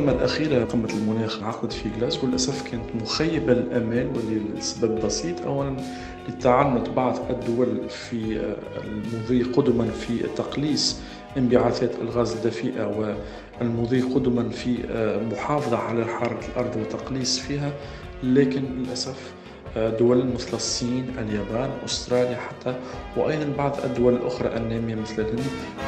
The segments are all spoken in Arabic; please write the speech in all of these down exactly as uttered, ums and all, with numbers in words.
القمة الأخيرة قمة المناخ عقدت في غلاسكو للأسف كانت مخيبة للآمال، ولسبب بسيط. أولا لتعنت بعض الدول في المضي قدما في تقليص انبعاثات الغاز الدفيئة، والمضي قدما في محافظة على حرارة الأرض وتقليص فيها، لكن للأسف دول مثل الصين، اليابان، أستراليا حتى، وأيضا بعض الدول الأخرى النامية مثل الهند.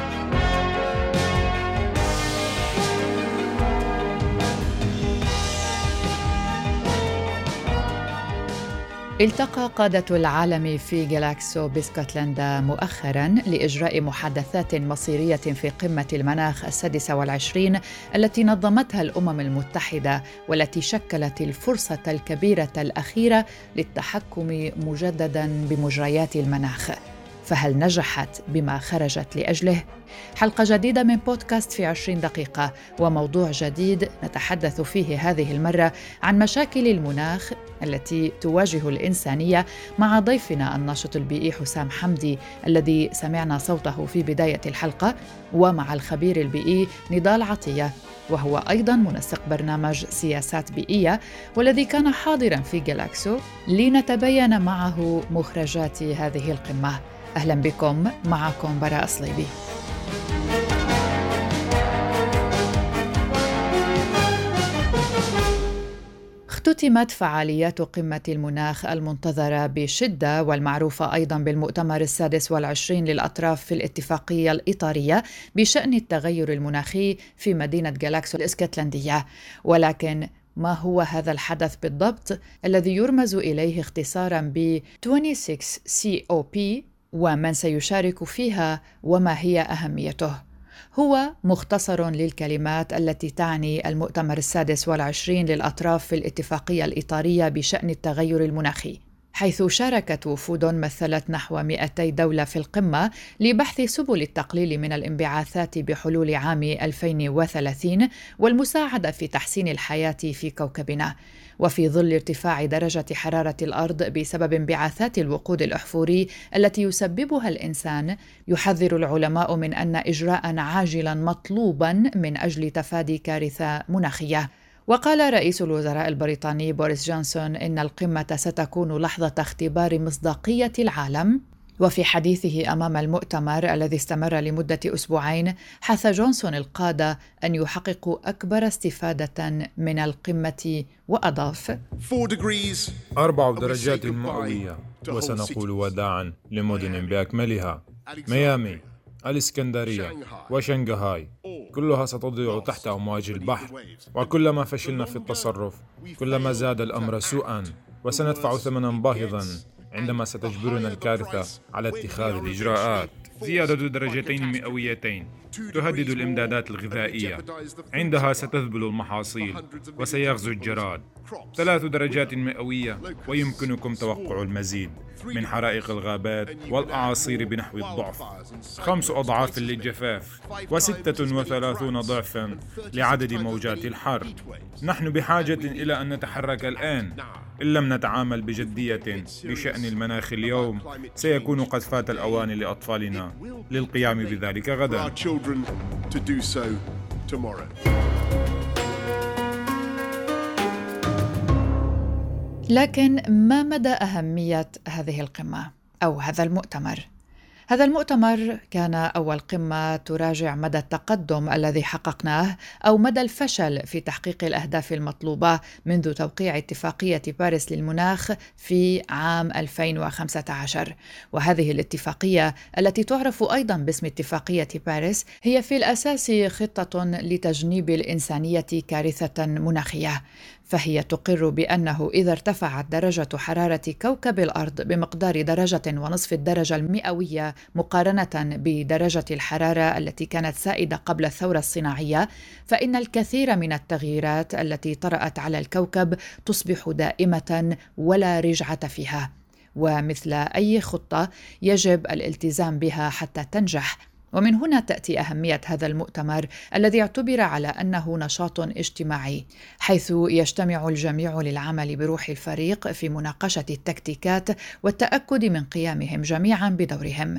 التقى قادة العالم في غلاكسو باسكتلندا مؤخراً لإجراء محادثات مصيرية في قمة المناخ السادسة والعشرين التي نظمتها الأمم المتحدة، والتي شكلت الفرصة الكبيرة الأخيرة للتحكم مجدداً بمجريات المناخ. فهل نجحت بما خرجت لأجله؟ حلقة جديدة من بودكاست في عشرين دقيقة، وموضوع جديد نتحدث فيه هذه المرة عن مشاكل المناخ التي تواجه الإنسانية، مع ضيفنا الناشط البيئي حسام حمدي الذي سمعنا صوته في بداية الحلقة، ومع الخبير البيئي نضال عطية، وهو أيضاً منسق برنامج سياسات بيئية، والذي كان حاضراً في غلاكسو لنتبين معه مخرجات هذه القمة. أهلاً بكم، معكم براء صليبي. اختتمت فعاليات قمة المناخ المنتظرة بشدة والمعروفة أيضاً بالمؤتمر السادس والعشرين للأطراف في الاتفاقية الإطارية بشأن التغير المناخي في مدينة غلاكسو الاسكتلندية. ولكن ما هو هذا الحدث بالضبط الذي يرمز إليه اختصاراً ب ستة وعشرين سي أو بي، ومن سيشارك فيها وما هي أهميته؟ هو مختصر للكلمات التي تعني المؤتمر السادس والعشرين للأطراف في الاتفاقية الإطارية بشأن التغير المناخي، حيث شاركت وفود مثلت نحو مئتي دولة في القمة لبحث سبل التقليل من الانبعاثات بحلول عام ألفين وثلاثين والمساعدة في تحسين الحياة في كوكبنا. وفي ظل ارتفاع درجة حرارة الأرض بسبب انبعاثات الوقود الأحفوري التي يسببها الإنسان، يحذر العلماء من أن إجراء عاجلا مطلوبا من أجل تفادي كارثة مناخية. وقال رئيس الوزراء البريطاني بوريس جونسون إن القمة ستكون لحظة اختبار مصداقية العالم. وفي حديثه أمام المؤتمر الذي استمر لمدة أسبوعين، حث جونسون القادة أن يحققوا أكبر استفادة من القمة، وأضاف: أربع درجات مئوية وسنقول وداعاً لمدن بأكملها، ميامي، الإسكندرية وشنغهاي، كلها ستضيع تحت أمواج البحر. وكلما فشلنا في التصرف كلما زاد الأمر سوءاً، وسندفع ثمناً باهظاً عندما ستجبرنا الكارثة على اتخاذ الإجراءات. زيادة درجتين مئويتين تهدد الإمدادات الغذائية، عندها ستذبل المحاصيل وسيغزو الجراد. ثلاث درجات مئوية ويمكنكم توقع المزيد من حرائق الغابات والأعاصير بنحو الضعف، خمس أضعاف للجفاف، وستة وثلاثون ضعفا لعدد موجات الحر. نحن بحاجة إلى أن نتحرك الآن. إن لم نتعامل بجدية بشأن المناخ اليوم، سيكون قد فات الأوان لأطفالنا للقيام بذلك غدا. لكن ما مدى أهمية هذه القمة أو هذا المؤتمر؟ هذا المؤتمر كان أول قمة تراجع مدى التقدم الذي حققناه أو مدى الفشل في تحقيق الأهداف المطلوبة منذ توقيع اتفاقية باريس للمناخ في عام ألفين وخمسة عشر. وهذه الاتفاقية التي تعرف أيضا باسم اتفاقية باريس هي في الأساس خطة لتجنيب الإنسانية كارثة مناخية. فهي تقر بأنه إذا ارتفعت درجة حرارة كوكب الأرض بمقدار درجة ونصف الدرجة المئوية مقارنة بدرجة الحرارة التي كانت سائدة قبل الثورة الصناعية، فإن الكثير من التغييرات التي طرأت على الكوكب تصبح دائمة ولا رجعة فيها. ومثل أي خطة يجب الالتزام بها حتى تنجح. ومن هنا تأتي أهمية هذا المؤتمر الذي اعتبر على أنه نشاط اجتماعي، حيث يجتمع الجميع للعمل بروح الفريق في مناقشة التكتيكات والتأكد من قيامهم جميعا بدورهم.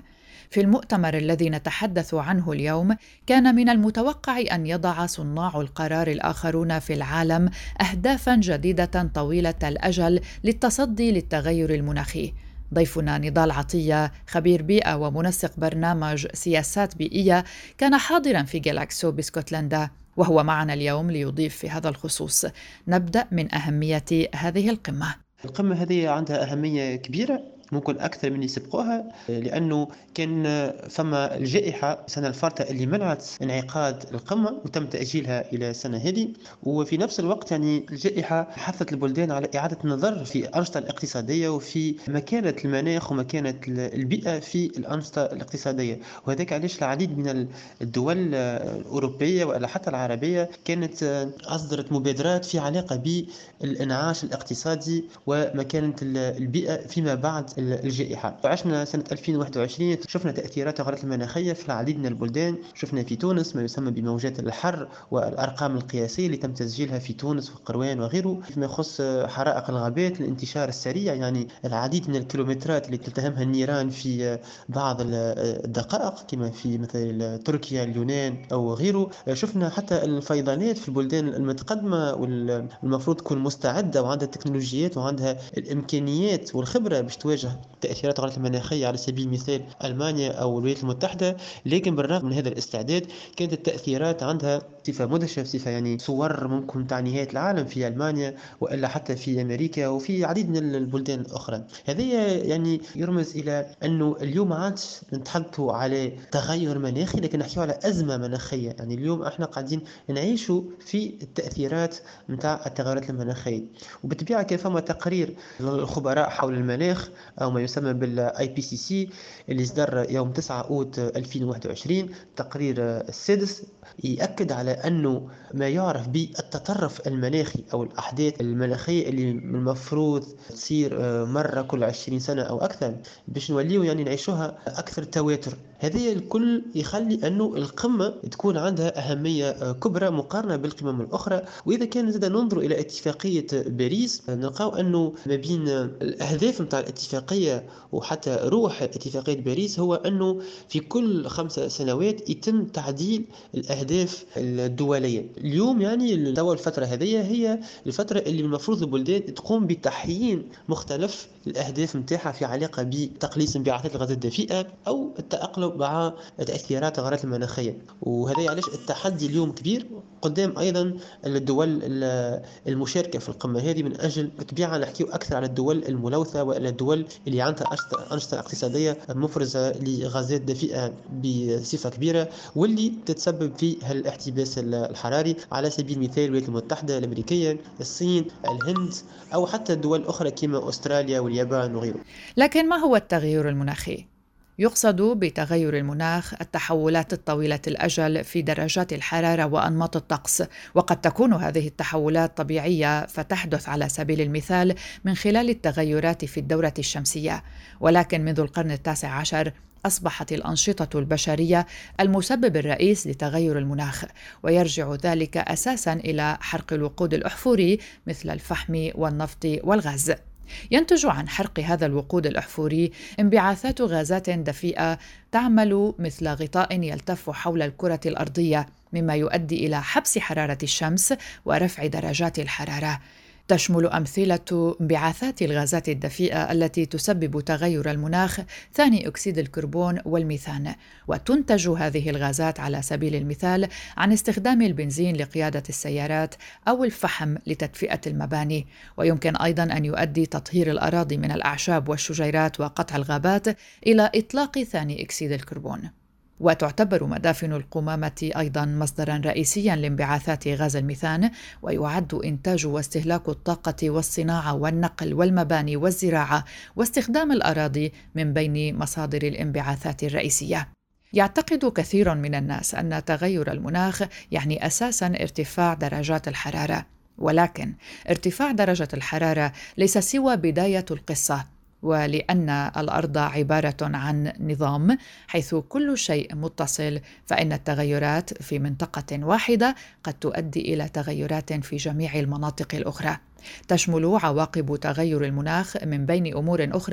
في المؤتمر الذي نتحدث عنه اليوم كان من المتوقع أن يضع صناع القرار الآخرون في العالم أهدافاً جديدة طويلة الأجل للتصدي للتغير المناخي. ضيفنا نضال عطية خبير بيئة ومنسق برنامج سياسات بيئية كان حاضراً في جالاكسو باسكتلندا وهو معنا اليوم ليضيف في هذا الخصوص. نبدأ من أهمية هذه القمة. القمة هذه عندها أهمية كبيرة ممكن أكثر من يسبقوها، لأنه كان فما الجائحة سنة الفارطة اللي منعت انعقاد القمة وتم تأجيلها إلى سنة هذه. وفي نفس الوقت يعني الجائحة حثت البلدان على إعادة النظر في الأنشطة الاقتصادية وفي مكانة المناخ ومكانة البيئة في الأنشطة الاقتصادية. وهذاك علاش العديد من الدول الأوروبية ولا حتى العربية كانت أصدرت مبادرات في علاقة بالإنعاش الاقتصادي ومكانة البيئة فيما بعد الجائحة. عشنا سنة ألفين وواحد وعشرين شفنا تأثيرات التغيرات المناخية في العديد من البلدان. شفنا في تونس ما يسمى بموجات الحر والأرقام القياسية اللي تم تسجيلها في تونس وقروان وغيره. فيما يخص حرائق الغابات الانتشار السريع، يعني العديد من الكيلومترات اللي تلتهمها النيران في بعض الدقائق كما في مثل تركيا اليونان أو غيره. شفنا حتى الفيضانات في البلدان المتقدمة والمفروض تكون مستعدة وعندها التكنولوجيات وعندها الإمكانيات والخبرة باش تواجه تأثيرات التغيرات المناخية، على سبيل المثال ألمانيا أو الولايات المتحدة. لكن بالرغم من هذا الاستعداد كانت التأثيرات عندها صفة مدهشة، صفة يعني صور ممكن تاع نهاية العالم في ألمانيا وإلا حتى في أمريكا وفي عديد من البلدان الأخرى. هذا يعني يرمز إلى أنه اليوم عاد نتحدثوا على تغير مناخي لكن نحكيوا على أزمة مناخية. يعني اليوم احنا قاعدين نعيشوا في التأثيرات متاع التغيرات المناخية. وبالطبيعة كان فما تقرير الخبراء حول المناخ أو ما يسمى بالآي بي سي سي اللي صدر يوم تسعة أوت ألفين وواحد وعشرين، تقرير السادس، يأكد على أنه ما يعرف بالتطرف المناخي أو الأحداث المناخية اللي المفروض تصير مرة كل عشرين سنة أو أكثر باش نوليو يعني نعيشوها أكثر تواتر. هذه الكل يخلي أنه القمة تكون عندها أهمية كبرى مقارنة بالقمم الأخرى. وإذا كان زاد ننظر إلى اتفاقية باريس نلقاو أنه ما بين الأهداف متاع الاتفاقية وحتى روح اتفاقية باريس هو أنه في كل خمسة سنوات يتم تعديل الأهداف الدولية. اليوم يعني توا الفترة هذه هي الفترة اللي المفروض البلدان تقوم بتحيين مختلف الأهداف متاعها في علاقة بتقليص انبعاثات الغازات الدفيئة أو التأقلم مع تأثيرات التغيرات المناخية. وهذا علاش التحدي اليوم كبير قدام أيضا الدول المشاركة في القمة هذه، من أجل بالطبيعة نحكي أكثر على الدول الملوثة وإلى الدول اللي عندها أنشطة اقتصادية مفرزة لغازات دفيئة بصفة كبيرة واللي تتسبب في الاحتباس الحراري، على سبيل المثال الولايات المتحدة الأمريكية، الصين، الهند أو حتى دول أخرى كما أستراليا واليابان وغيره. لكن ما هو التغير المناخي؟ يقصد بتغير المناخ التحولات الطويلة الأجل في درجات الحرارة وأنماط الطقس، وقد تكون هذه التحولات طبيعية فتحدث على سبيل المثال من خلال التغيرات في الدورة الشمسية. ولكن منذ القرن التاسع عشر أصبحت الأنشطة البشرية المسبب الرئيس لتغير المناخ، ويرجع ذلك أساساً إلى حرق الوقود الأحفوري مثل الفحم والنفط والغاز. ينتج عن حرق هذا الوقود الأحفوري انبعاثات غازات دفيئة تعمل مثل غطاء يلتف حول الكرة الأرضية، مما يؤدي إلى حبس حرارة الشمس ورفع درجات الحرارة. تشمل أمثلة انبعاثات الغازات الدفيئة التي تسبب تغير المناخ ثاني أكسيد الكربون والميثان، وتنتج هذه الغازات على سبيل المثال عن استخدام البنزين لقيادة السيارات أو الفحم لتدفئة المباني. ويمكن أيضاً أن يؤدي تطهير الأراضي من الأعشاب والشجيرات وقطع الغابات إلى إطلاق ثاني أكسيد الكربون. وتعتبر مدافن القمامة أيضاً مصدراً رئيسياً لانبعاثات غاز الميثان، ويعد إنتاج واستهلاك الطاقة والصناعة والنقل والمباني والزراعة واستخدام الأراضي من بين مصادر الانبعاثات الرئيسية. يعتقد كثير من الناس أن تغير المناخ يعني أساساً ارتفاع درجات الحرارة، ولكن ارتفاع درجة الحرارة ليس سوى بداية القصة، ولأن الأرض عبارة عن نظام حيث كل شيء متصل، فإن التغيرات في منطقة واحدة قد تؤدي إلى تغيرات في جميع المناطق الأخرى. تشمل عواقب تغير المناخ من بين أمور أخرى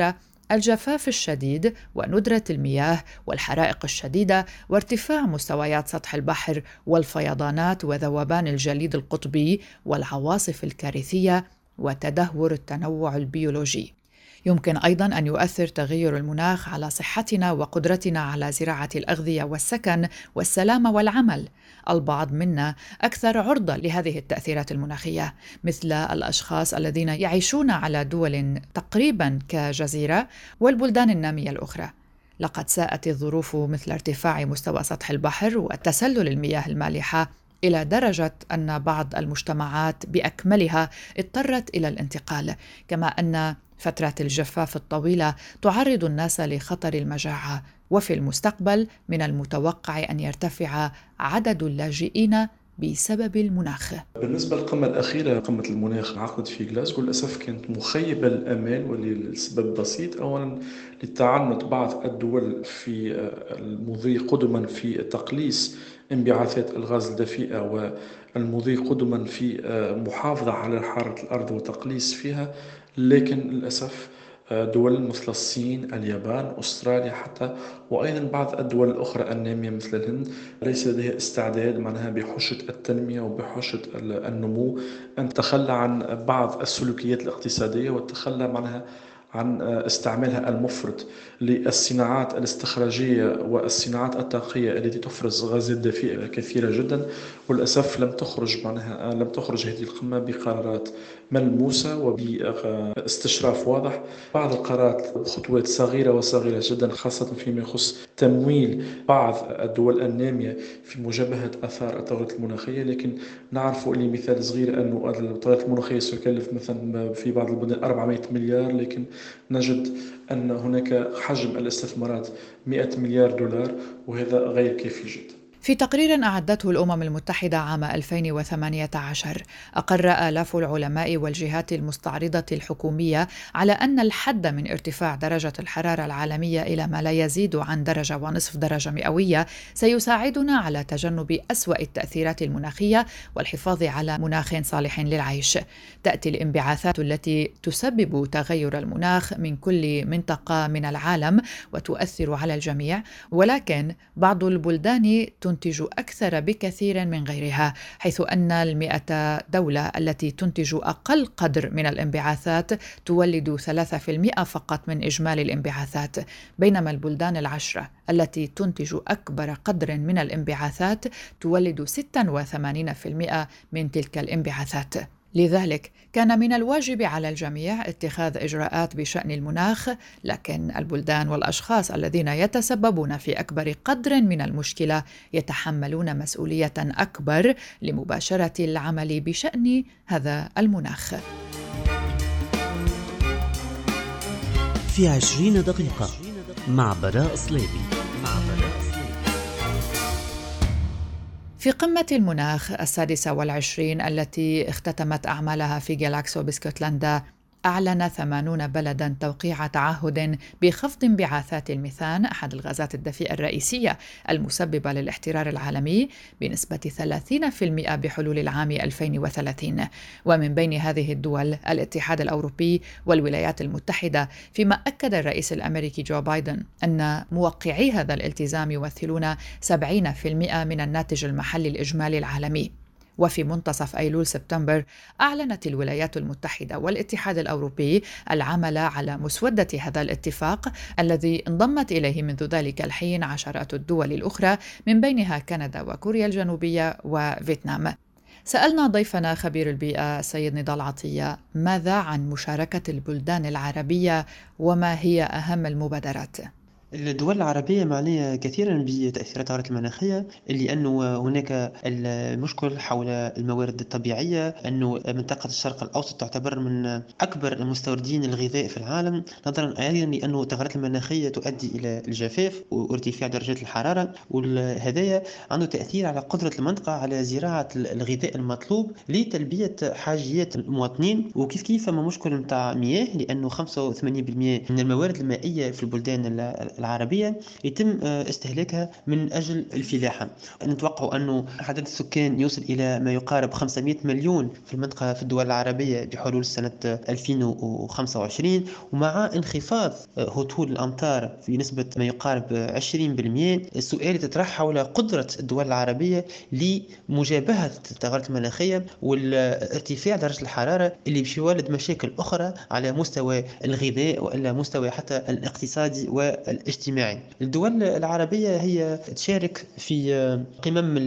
الجفاف الشديد وندرة المياه والحرائق الشديدة وارتفاع مستويات سطح البحر والفيضانات وذوبان الجليد القطبي والعواصف الكارثية وتدهور التنوع البيولوجي. يمكن أيضاً أن يؤثر تغير المناخ على صحتنا وقدرتنا على زراعة الأغذية والسكن والسلامة والعمل. البعض منا أكثر عرضة لهذه التأثيرات المناخية، مثل الأشخاص الذين يعيشون على دول تقريباً كجزيرة والبلدان النامية الأخرى. لقد ساءت الظروف مثل ارتفاع مستوى سطح البحر وتسلل المياه المالحة إلى درجة أن بعض المجتمعات بأكملها اضطرت إلى الانتقال، كما أن فترات الجفاف الطويلة تعرض الناس لخطر المجاعة، وفي المستقبل من المتوقع أن يرتفع عدد اللاجئين بسبب المناخ. بالنسبة للقمة الأخيرة، قمة المناخ عقدت في غلاسكو، للأسف كانت مخيبة للأمال، ولسبب بسيط. أولا لتعنت بعض الدول في المضي قدما في تقليص انبعاثات الغاز الدفيئة والمضي قدما في محافظة على حرارة الأرض وتقليص فيها، لكن للأسف دول مثل الصين، اليابان، أستراليا حتى، وأيضا بعض الدول الأخرى النامية مثل الهند ليس لديها استعداد معناها بحشة التنمية وبحشة النمو أن تتخلى عن بعض السلوكيات الاقتصادية وتتخلى معناها عن استعمالها المفرط للصناعات الاستخراجية والصناعات الطاقية التي تفرز غازات دفيئة كثيرة جدا. وللأسف لم تخرج معناها لم تخرج هذه القمة بقرارات ملموسة وباستشراف واضح. بعض القرارات خطوات صغيرة وصغيرة جدا، خاصة فيما يخص تمويل بعض الدول النامية في مجابهة آثار التغيرات المناخية، لكن نعرف لمثال صغير أن التغيرات المناخية ستكلف مثلا في بعض البلدان أربعمائة مليار، لكن نجد أن هناك حجم الاستثمارات مئة مليار دولار، وهذا غير كافي جدا. في تقرير أعدته الأمم المتحدة عام ألفين وثمانية عشر، أقر آلاف العلماء والجهات المستعرضة الحكومية على أن الحد من ارتفاع درجة الحرارة العالمية إلى ما لا يزيد عن درجة ونصف درجة مئوية سيساعدنا على تجنب أسوأ التأثيرات المناخية والحفاظ على مناخ صالح للعيش. تأتي الانبعاثات التي تسبب تغير المناخ من كل منطقة من العالم وتؤثر على الجميع، ولكن بعض البلدان تنتج أكثر بكثير من غيرها، حيث أن المئة دولة التي تنتج أقل قدر من الانبعاثات تولد ثلاثة بالمئة فقط من إجمالي الانبعاثات، بينما البلدان العشرة التي تنتج أكبر قدر من الانبعاثات تولد ستة وثمانين بالمئة من تلك الانبعاثات. لذلك كان من الواجب على الجميع اتخاذ إجراءات بشأن المناخ، لكن البلدان والأشخاص الذين يتسببون في أكبر قدر من المشكلة يتحملون مسؤولية أكبر لمباشرة العمل بشأن هذا المناخ. في عشرين دقيقة مع براء صليبي. في قمة المناخ السادسة والعشرين التي اختتمت أعمالها في جلاكسو باسكتلندا، أعلن ثمانون بلداً توقيع تعهد بخفض انبعاثات الميثان، أحد الغازات الدفيئة الرئيسية المسببة للاحترار العالمي، بنسبة ثلاثين بالمئة بحلول العام ألفين وثلاثين. ومن بين هذه الدول الاتحاد الأوروبي والولايات المتحدة، فيما أكد الرئيس الأمريكي جو بايدن أن موقعي هذا الالتزام يمثلون سبعين بالمئة من الناتج المحلي الإجمالي العالمي. وفي منتصف أيلول سبتمبر أعلنت الولايات المتحدة والاتحاد الأوروبي العمل على مسودة هذا الاتفاق الذي انضمت إليه منذ ذلك الحين عشرات الدول الأخرى، من بينها كندا وكوريا الجنوبية وفيتنام. سألنا ضيفنا خبير البيئة السيد نضال عطية ماذا عن مشاركة البلدان العربية وما هي أهم المبادرات؟ الدول العربية معنية كثيرا بتأثيرات التغيرات المناخية، لأنه هناك المشكل حول الموارد الطبيعية، أنه منطقة الشرق الأوسط تعتبر من أكبر المستوردين الغذاء في العالم، نظرا أيضا لأنه التغيرات المناخية تؤدي إلى الجفاف وارتفاع درجات الحرارة، وهذا عنده تأثير على قدرة المنطقة على زراعة الغذاء المطلوب لتلبية حاجيات المواطنين. وكيف كيف ما مشكل متاع مياه، لأنه خمسة وثمانين بالمئة من الموارد المائية في البلدان العربية يتم استهلاكها من أجل الفلاحة. نتوقع أنه عدد السكان يوصل إلى ما يقارب خمسمائة مليون في المنطقة في الدول العربية بحلول سنة ألفين وخمسة وعشرين، ومع انخفاض هطول الأمطار في نسبة ما يقارب عشرين بالمئة. السؤال يتطرح حول قدرة الدول العربية لمجابهة التغيرات المناخية والارتفاع درجة الحرارة اللي باش يولد مشاكل أخرى على مستوى الغذاء وعلى مستوى حتى الاقتصادي والاجتماعي. الدول العربية هي تشارك في قمم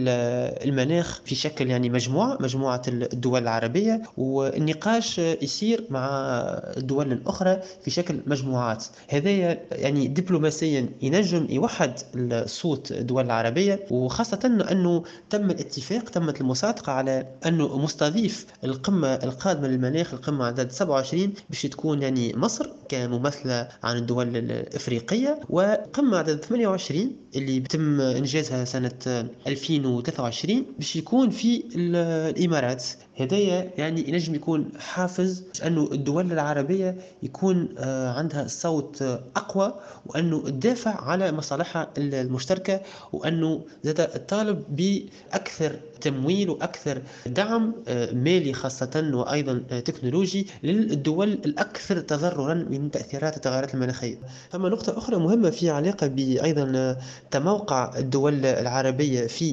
المناخ في شكل يعني مجموعة مجموعة الدول العربية، والنقاش يصير مع الدول الأخرى في شكل مجموعات. هذا يعني دبلوماسيا ينجم يوحد الصوت الدول العربية، وخاصة أنه تم الاتفاق تمت المصادقة على أنه مستضيف القمة القادمة للمناخ القمة عدد سبعة وعشرين باش تكون يعني مصر كممثلة عن الدول الإفريقية، وقمة عدد ثمانية وعشرين اللي بتم إنجازها سنة ألفين وثلاثة وعشرين باش يكون في الإمارات. هدايا يعني ينجم يكون حافز أنه الدول العربية يكون عندها صوت أقوى، وأنه تدافع على مصالحها المشتركة، وأنه زاد الطالب بأكثر تمويل وأكثر دعم مالي خاصة وأيضا تكنولوجي للدول الأكثر تضررا من تأثيرات التغيرات المناخية. أما نقطة أخرى مهمة في علاقة بأيضا تموقع الدول العربية في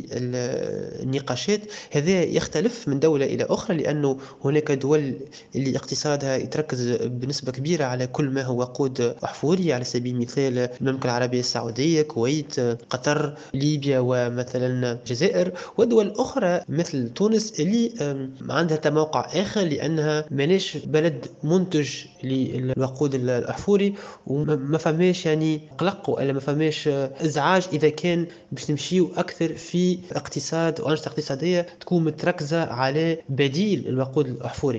النقاشات، هذا يختلف من دولة إلى أخرى، لأنه هناك دول اللي اقتصادها يتركز بنسبة كبيرة على كل ما هو وقود أحفوري، على سبيل المثال المملكة العربية السعودية، كويت، قطر، ليبيا ومثلا الجزائر، ودول أخرى مثل تونس اللي عندها تموقع آخر لأنها ماناش بلد منتج للوقود الأحفوري، وما فماش يعني قلق ولا ما فماش ازعاج إذا كان باش نمشيو أكثر في اقتصاد وأنشطة اقتصادية تكون متركزة على بديل الوقود الأحفوري.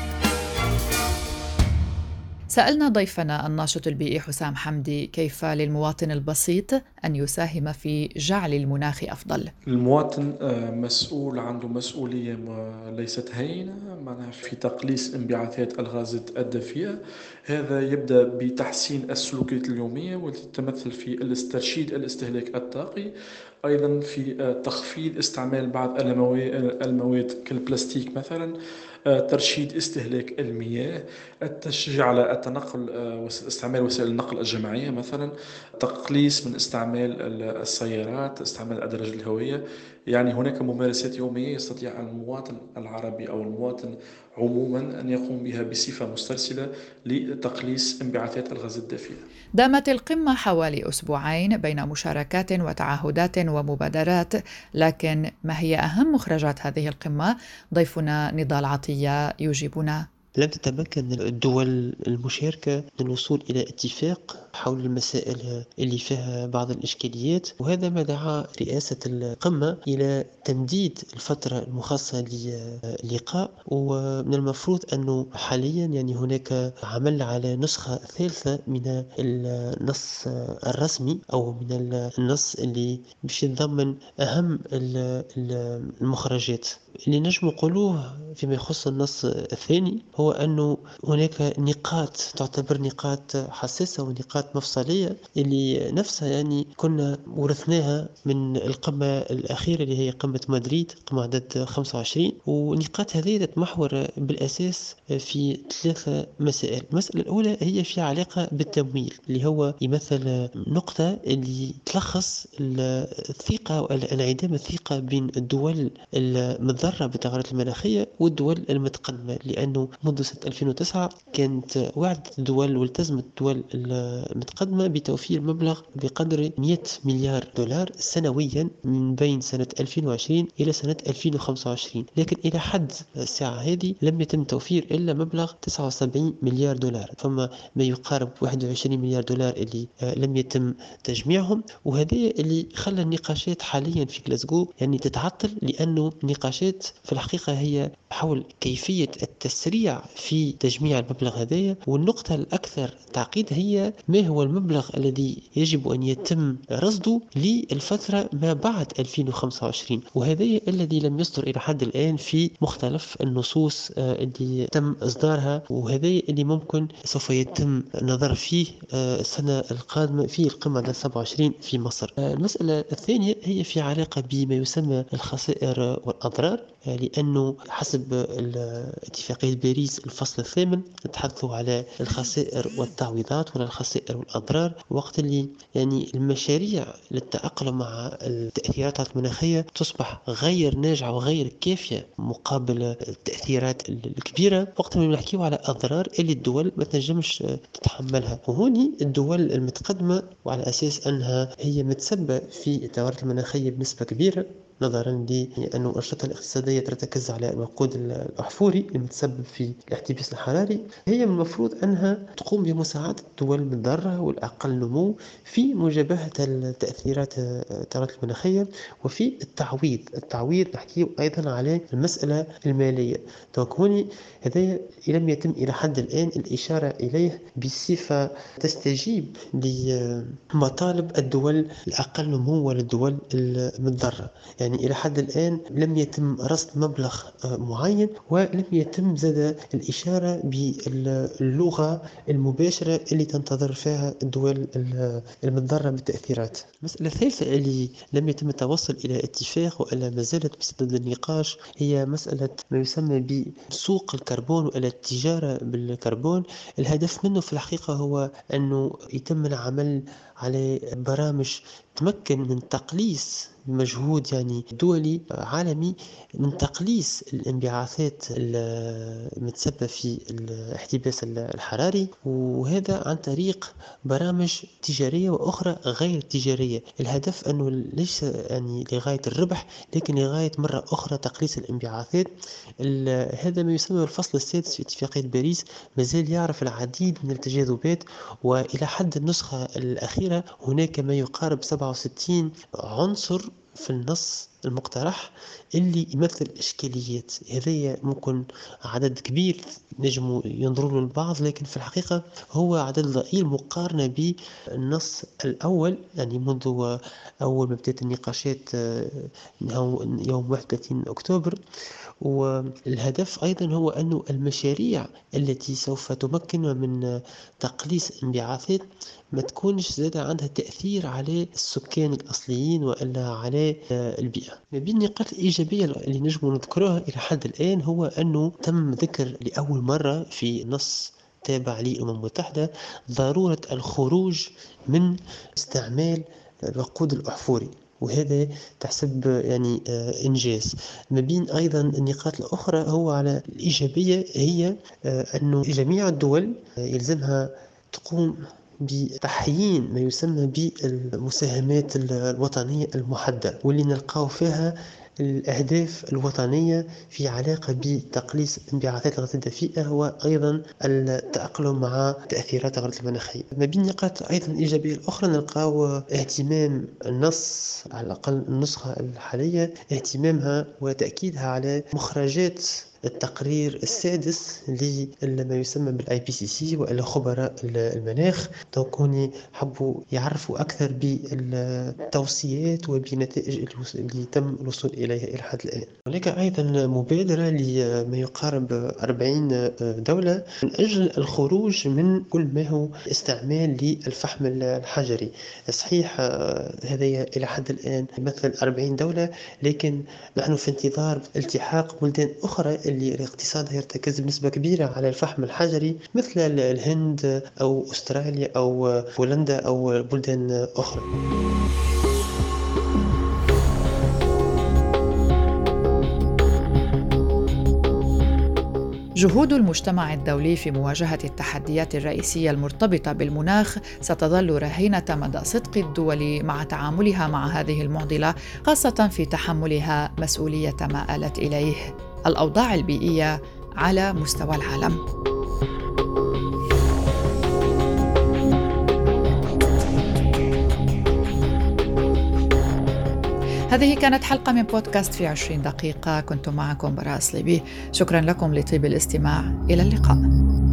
سألنا ضيفنا الناشط البيئي حسام حمدي كيف للمواطن البسيط أن يساهم في جعل المناخ أفضل. المواطن مسؤول، عنده مسؤولية ليست هينة معناها في تقليص انبعاثات الغازات الدفيئة. هذا يبدأ بتحسين السلوكيات اليومية والتي تتمثل في ترشيد الاستهلاك الطاقي، أيضا في تخفيض استعمال بعض المواد كالبلاستيك مثلا، ترشيد استهلاك المياه، التشجيع على التنقل استعمال وسائل النقل الجماعية مثلا، تقليص من استعمال السيارات، استعمال الأدراج الهوائية. يعني هناك ممارسات يومية يستطيع المواطن العربي أو المواطن عموما أن يقوم بها بصفة مسترسلة لتقليص انبعاثات الغاز الدفيئة. دامت القمة حوالي أسبوعين بين مشاركات وتعهدات ومبادرات، لكن ما هي أهم مخرجات هذه القمة؟ ضيفنا نضال عطية يجيبنا. لم تتمكن الدول المشاركة من الوصول إلى اتفاق حول المسائل اللي فيها بعض الإشكاليات، وهذا ما دعا رئاسة القمة إلى تمديد الفترة المخصصة للقاء. ومن المفروض أنه حاليا يعني هناك عمل على نسخة ثالثة من النص الرسمي أو من النص اللي باش يتضمن أهم المخرجات. اللي نجم نقولوه فيما يخص النص الثاني هو أنه هناك نقاط تعتبر نقاط حساسة ونقاط مفصلية اللي نفسها يعني كنا ورثناها من القمة الأخيرة اللي هي قمة مدريد قمة عدد خمسة وعشرين، ونقاط هذه تتمحور بالأساس في ثلاثة مسائل. المسألة الأولى هي في علاقة بالتمويل اللي هو يمثل نقطة اللي تلخص الثقة وانعدام الثقة بين الدول المتضررة بالتغيرات المناخية والدول المتقدمة، لأنه منذ سنة ألفين وتسعة كانت وعد الدول والتزمت الدول المتقدمة بتوفير مبلغ بقدر مئة مليار دولار سنويا من بين سنة ألفين وعشرين إلى سنة ألفين وخمسة وعشرين، لكن إلى حد الساعة هذه لم يتم توفير إلا مبلغ تسعة وسبعين مليار دولار، فما ما يقارب واحد وعشرين مليار دولار اللي لم يتم تجميعهم. وهذا اللي خلى النقاشات حاليا في غلاسكو يعني تتعطل، لأنه النقاشات في الحقيقة هي حول كيفية التسريع في تجميع المبلغ هذايا. والنقطة الأكثر تعقيد هي ما ما هو المبلغ الذي يجب أن يتم رصده للفترة ما بعد ألفين وخمسة وعشرين، وهذا الذي لم يصدر إلى حد الآن في مختلف النصوص اللي تم إصدارها، وهذا اللي ممكن سوف يتم النظر فيه السنة القادمة في القمة سبعة وعشرين في مصر. المسألة الثانية هي في علاقة بما يسمى الخسائر والأضرار، لأنه حسب اتفاقية باريس الفصل الثامن نتحدثوا على الخسائر والتعويضات ولا الخسائر والأضرار، وقت اللي يعني المشاريع للتأقلم مع التأثيرات المناخية تصبح غير ناجعة وغير كافية مقابل التأثيرات الكبيرة، وقت ما نحكيه على أضرار اللي الدول ما تنجمش تتحملها. وهوني الدول المتقدمة وعلى أساس أنها هي متسبة في التغيرات المناخية بنسبة كبيرة نظرا لأن الأنشطة الاقتصادية ترتكز على الوقود الأحفوري المتسبب في الاحتباس الحراري، هي من المفروض أنها تقوم بمساعدة الدول المتضررة والأقل نمو في مجابهة التأثيرات التغيرات المناخية وفي التعويض. التعويض نحكي أيضا على المسألة المالية. دونك هوني هذا لم يتم إلى حد الآن الإشارة إليه بصفة تستجيب لمطالب الدول الأقل نمو والدول المتضررة. يعني إلى حد الآن لم يتم رصد مبلغ معين، ولم يتم زاد الإشارة باللغة المباشرة اللي تنتظر فيها الدول المتضررة بالتأثيرات. المسألة الثالثة اللي لم يتم التوصل إلى اتفاق وإلا ما زالت بصدد النقاش هي مسألة ما يسمى بسوق الكربون وإلا التجارة بالكربون. الهدف منه في الحقيقة هو أنه يتم العمل على برامج تمكن من تقليص مجهود يعني دولي عالمي من تقليص الانبعاثات المتسببة في الاحتباس الحراري، وهذا عن طريق برامج تجارية وأخرى غير تجارية. الهدف أنه ليس يعني لغاية الربح لكن لغاية مرة أخرى تقليص الانبعاثات. هذا ما يسمى الفصل السادس في اتفاقية باريس ما زال يعرف العديد من التجاذبات، وإلى حد النسخة الأخيرة هناك ما يقارب سبعة وستين عنصر في النص المقترح اللي يمثل إشكاليات. هذا ممكن عدد كبير نجموا ينظروا له البعض، لكن في الحقيقة هو عدد ضئيل مقارنة بالنص الأول، يعني منذ أول ما بدأت النقاشات يوم واحد وثلاثين أكتوبر. والهدف أيضا هو أن المشاريع التي سوف تمكن من تقليص انبعاثات ما تكونش زادة عندها تأثير على السكان الأصليين وإلا على البيئة. ما بين النقاط الإيجابية اللي نجم نذكرها إلى حد الآن هو أنه تم ذكر لأول مرة في نص تابع للأمم المتحدة ضرورة الخروج من استعمال الوقود الأحفوري، وهذا تحسب يعني إنجاز. ما بين أيضا النقاط الأخرى هو على الإيجابية هي أنه جميع الدول يلزمها تقوم بتحيين ما يسمى بالمساهمات الوطنية المحددة، واللي نلقاو فيها الأهداف الوطنية في علاقة بتقليص انبعاثات الغازات الدفيئة وأيضا التأقلم مع تأثيرات التغيرات المناخية. ما بين النقاط أيضا الإيجابية الأخرى نلقاو اهتمام النص على الأقل النسخة الحالية اهتمامها وتأكيدها على مخرجات التقرير السادس لما يسمى بالاي بي سي سي وإلى خبراء المناخ. دونك حبوا يعرفوا أكثر بالتوصيات وبنتائج اللي تم الوصول إليها إلى حد الآن. هناك أيضا مبادرة لما يقارب أربعين دولة من أجل الخروج من كل ما هو استعمال للفحم الحجري. صحيح هذا إلى حد الآن يمثل أربعين دولة، لكن نحن في انتظار التحاق بلدان أخرى اللي اقتصادها يرتكز بنسبة كبيرة على الفحم الحجري مثل الهند أو أستراليا أو بولندا أو بلدان أخرى. جهود المجتمع الدولي في مواجهة التحديات الرئيسية المرتبطة بالمناخ ستظل رهينة مدى صدق الدول مع تعاملها مع هذه المعضلة، خاصة في تحملها مسؤولية ما آلت إليه الأوضاع البيئية على مستوى العالم. هذه كانت حلقة من بودكاست في عشرين دقيقة، كنت معكم براء صليبي. شكرا لكم لطيب الاستماع، إلى اللقاء.